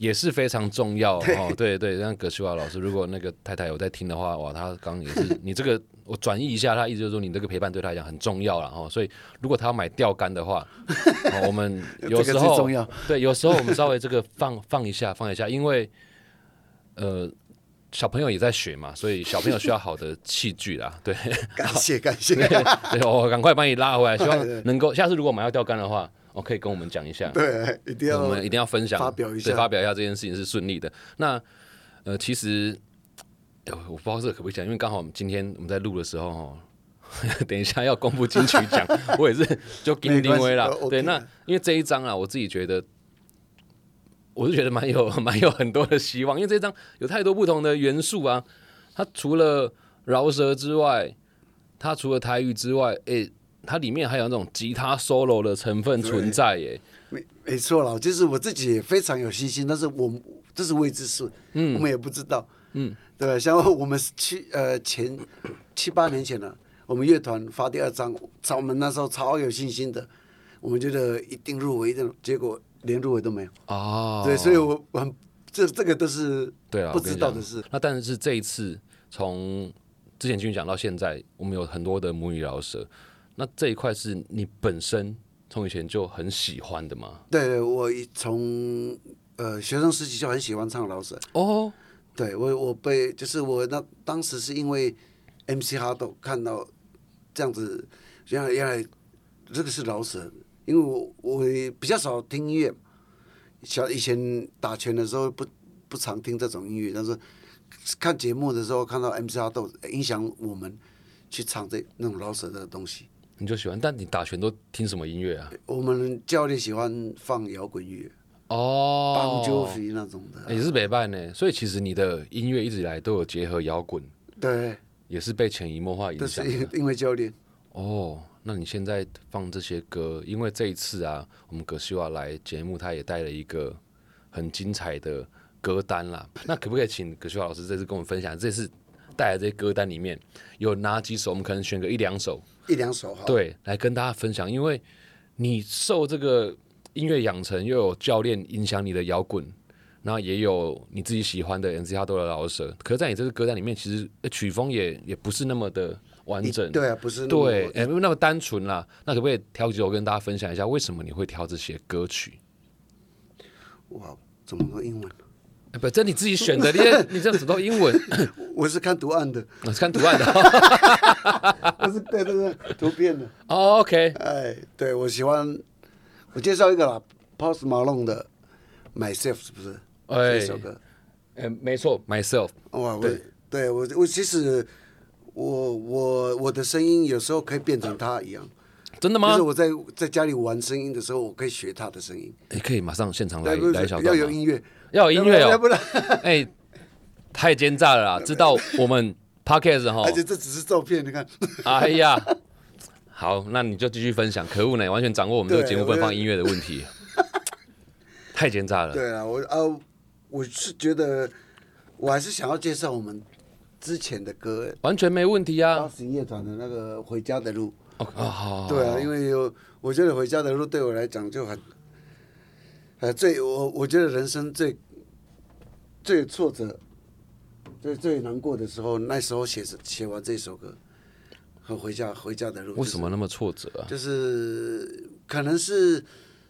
也是非常重要哦。对对，像葛旭华老师，如果那个太太有在听的话，哇，他刚刚也是你这个我转译一下，他意思就是说你这个陪伴对他来讲很重要了哦。所以如果他要买钓竿的话，哦、我们有时候对，有时候我们稍微这个放放一下，放一下，因为呃。小朋友也在学嘛，所以小朋友需要好的器具啦。对， 感谢感谢。 对，对我赶快把你拉回来，希望能够下次如果我们要钓竿的话，哦，可以跟我们讲一下。 对，一定要， 我们一定要分享， 发表一下， 对，发表一下这件事情是顺利的。那呃，其实我不知道这个可不可以讲，因为刚好我们今天我们在录的时候哦，等一下要公布金曲奖，我也是就给你定位啦。对，那因为这一张啊，我自己觉得。我是觉得蛮有蛮有很多的希望，因为这张有太多不同的元素啊。它除了饶舌之外，它除了台语之外，哎，它里面还有那种吉他 solo 的成分存在耶。 没没错啦，就是我自己也非常有信心，但是我这是未知数，嗯，我们也不知道，嗯，对，像我们七呃前七八年前了，我们乐团发第二张，我们那时候超有信心的，我们觉得一定入围，一定，结果。连入围都没有哦， 对，所以我我很这这个都是不知道的事。 那但是这一次从之前金曲奖到现在，我们有很多的母语饶舌，那这一块是你本身从以前就很喜欢的吗？ 对，我从呃学生时期就很喜欢唱饶舌哦。 对我我被就是我那当时是因为 M C 哈豆看到这样子，原来原来这个是饶舌。因为我我比较少听音乐，小以前打拳的时候不不常听这种音乐，但是看节目的时候看到 M C 哈豆影响我们去唱这那种饶舌的东西。 你就喜欢？但你打拳都听什么音乐啊？ 我们教练喜欢放摇滚乐哦， 邦乔维那种的， 也是北拜呢。所以其实你的音乐一直以来都有结合摇滚， 对， 也是被潜移默化影响的。 这是因为教练哦。那你现在放这些歌，因为这一次啊，我们葛西瓦来节目，他也带了一个很精彩的歌单啦。那可不可以请葛西瓦老师这次跟我们分享，这次带来这些歌单里面有哪几首？我们可能选个一两首， 一两首哈， 对，来跟大家分享。因为你受这个音乐养成，又有教练影响你的摇滚，然后也有你自己喜欢的 M C 哈豆的饶舌，可是在你这个歌单里面，其实曲风也也不是那么的。完整对啊，不是那么对，哎，那么单纯啦。那可不可以挑几首跟大家分享一下，为什么你会挑这些歌曲？ 哇，怎么个英文？ 哎，不，这你自己选的，你你这样子都英文。 我是看图案的， 我是看图案的， 我是对对对图片的。 哦 ，OK， 哎，对我喜欢，我介绍一个啦 ，Post Malone 的 Myself 是不是？ 哎， 这首歌， 哎，没错 ，Myself。 哇，我对我我其实。我我我的声音有时候可以变成他一样， 真的吗？ 就是我在在家里玩声音的时候，我可以学他的声音。 你可以马上现场来来一小段要有音乐， 要有音乐哦， 要不然哎，太奸诈了啦！知道我们 Podcast 哈， 而且这只是照片，你看。 哎呀，好，那你就继续分享。可恶呢，完全掌握我们这个节目不能放音乐的问题，太奸诈了。 对啊，我啊，我是觉得我还是想要介绍我们。之前的歌完全没问题啊！ 八十乐团的那个《回家的路》 哦，好， 对啊，因为有我觉得《回家的路》对我来讲就很，呃，最我我觉得人生最最挫折、最最难过的时候，那时候写写完这首歌和《回家回家的路》， 为什么那么挫折啊？ 就是可能是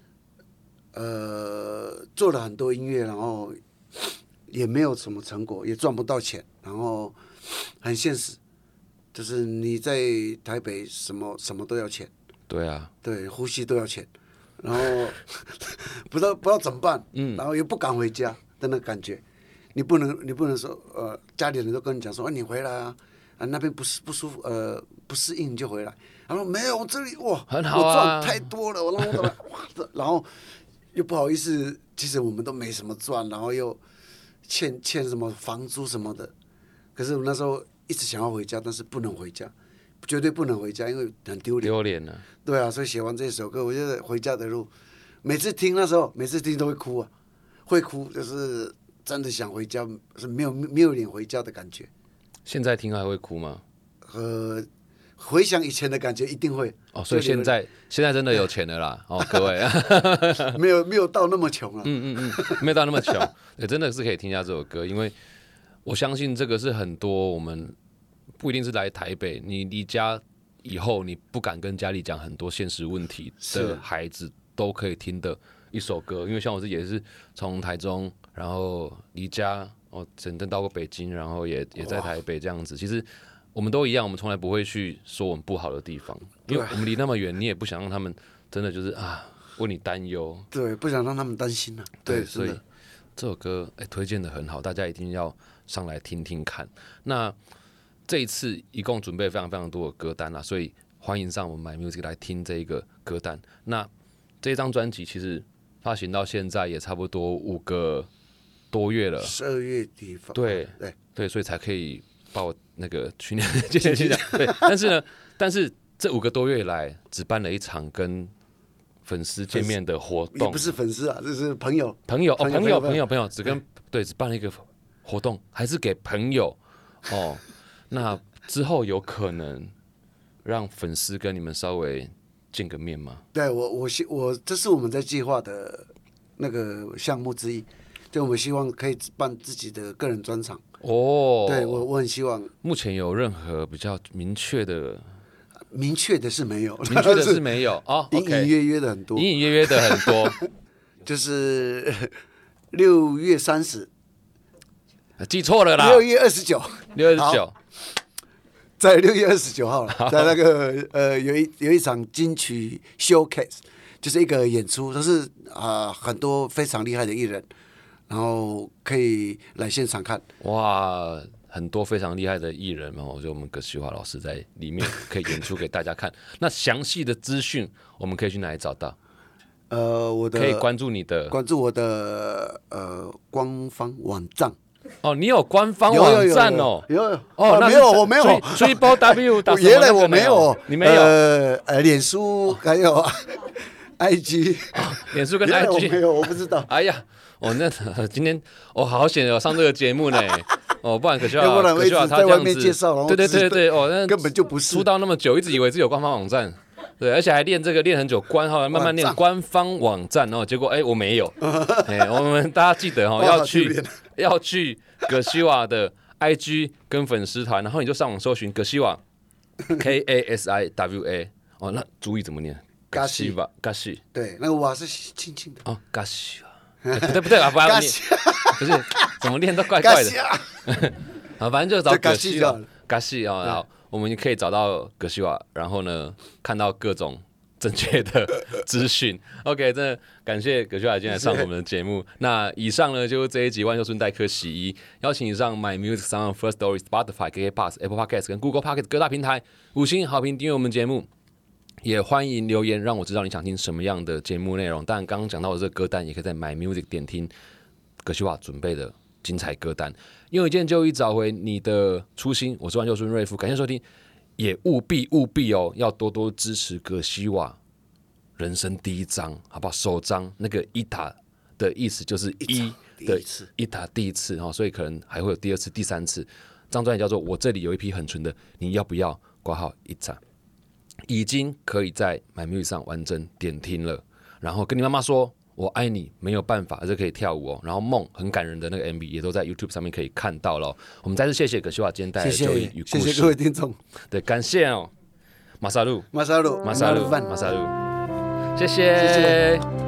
呃做了很多音乐，然后。也没有什么成果，也赚不到钱，然后很现实，就是你在台北什么什么都要钱， 对啊， 对，呼吸都要钱，然后不知道不知道怎么办，嗯，然后又不敢回家的那个感觉，你不能你不能说呃家里人都跟你讲说，哎、你回来啊，啊那边不是不舒服呃不适应你就回来，然后没有我这里哇很好啊， 我赚太多了，然后怎么哇然后又不好意思，其实我们都没什么赚，然后又。欠欠什么房租什么的，可是我那时候一直想要回家，但是不能回家，绝对不能回家，因为很丢脸。 丢脸了。 对啊，所以写完这首歌，我觉得回家的路，每次听那时候，每次听都会哭啊，会哭，就是真的想回家，是没有没有脸回家的感觉。 现在听还会哭吗？ 呃， 回想以前的感觉，一定会哦。所以现在现在真的有钱了啦，哦，各位， 没有没有到那么穷了， 嗯嗯嗯，没有到那么穷，也真的是可以听一下这首歌，因为我相信这个是很多我们不一定是来台北，你离家以后你不敢跟家里讲很多现实问题的孩子都可以听的一首歌，因为像我自己也是从台中，然后离家。哦，整整到过北京，然后也也在台北这样子。其实我们都一样，我们从来不会去说我们不好的地方，因为我们离那么远，你也不想让他们真的就是啊为你担忧。 对，不想让他们担心啊。对， 对所以这首歌哎推荐的很好，大家一定要上来听听看。那这一次一共准备非常非常多的歌单啊，所以欢迎上我们 My Music 来听这一个歌单。那这张专辑其实发行到现在也差不多五个。多月了， 十二月底放， 对对对，所以才可以把我那个去年的金曲奖，对，但是呢，但是这五个多月以来，只办了一场跟粉丝见面的活动， 也不是粉丝啊，这是朋友， 朋友哦，朋友朋友朋友，只跟对只办了一个活动，还是给朋友哦。那之后有可能让粉丝跟你们稍微见个面吗？ 对我我我这是我们在计划的那个项目之一。就我们希望可以办自己的个人专场哦， 对我我很希望。 目前有任何比较明确的？ 明确的是没有， 明确的是没有哦， 隐隐约约的很多， 隐隐约约的很多， 就是六月三十， 记错了啦， 六月二十九， 六月二十九， 在六月二十九号了，在那个呃有一有一场金曲 showcase， 就是一个演出，都是啊、呃、很多非常厉害的艺人。然后可以来现场看， 哇，很多非常厉害的艺人嘛，我觉得我们葛西华老师在里面可以演出给大家看。那详细的资讯我们可以去哪里找到？ 呃，我的可以关注你的， 关注我的呃官方网站。 哦，你有官方网站哦？ 有有有有哦， 没有我没有 Triple W 打什么？ 原来我没有， 你没有？ 呃呃，脸书还有 I G， 脸书跟 I G 我没有，我不知道。 哎呀。哦，那今天哦，好险有上这个节目呢，哦，不然可惜啊， 要不然我一直在外面介绍， 对对对对，哦，那根本就不是出道那么久，一直以为自己有官方网站，对，而且还练这个练很久，官号慢慢练官方网站，然后结果哎我没有，哎，我们大家记得哈，要去要去葛西瓦的 I G 跟粉丝团，然后你就上网搜寻葛西瓦 K A S I W A， 哦，那注意怎么念？葛西瓦，葛西， 对，那个瓦是轻轻的， 哦，葛西瓦。欸、不对不对啊，不要念，不是怎么念都怪怪的。啊，反正就找葛西瓦，葛西啊，然后我们可以找到葛西瓦，然后呢看到各种正确的资讯。OK， 真的感谢葛西瓦今天来上我们的节目。那以上呢就是这一集万秀孙代客洗衣，邀请你上 My Music Sound、Firstory、Spotify、K K Bus、Apple Podcast 跟 Google Podcast 各大平台五星好评订阅我们节目。也欢迎留言，让我知道你想听什么样的节目内容。当然，刚刚讲到的这个歌单，也可以在 My Music 点听葛西瓦准备的精彩歌单。用一件旧衣找回你的初心。我是万秀孙瑞夫，感谢收听，也务必务必哦，要多多支持葛西瓦人生第一章，好不好？首章那个伊塔的意思就是一的伊塔第一次哦，所以可能还会有第二次、第三次。这张专辑叫做《我这里有一批很纯的，你要不要？》挂号一场。已经可以在 My Music 上完整点听了，然后跟你妈妈说我爱你，没有办法，还是可以跳舞哦。然后梦很感人的那个 M V 也都在 YouTube 上面可以看到了、哦。我们再次谢谢葛西瓦今天带来的九音与故事， 谢谢各位听众， 对，感谢哦，马萨路， 马萨路， 马萨路，马萨路，谢谢。谢谢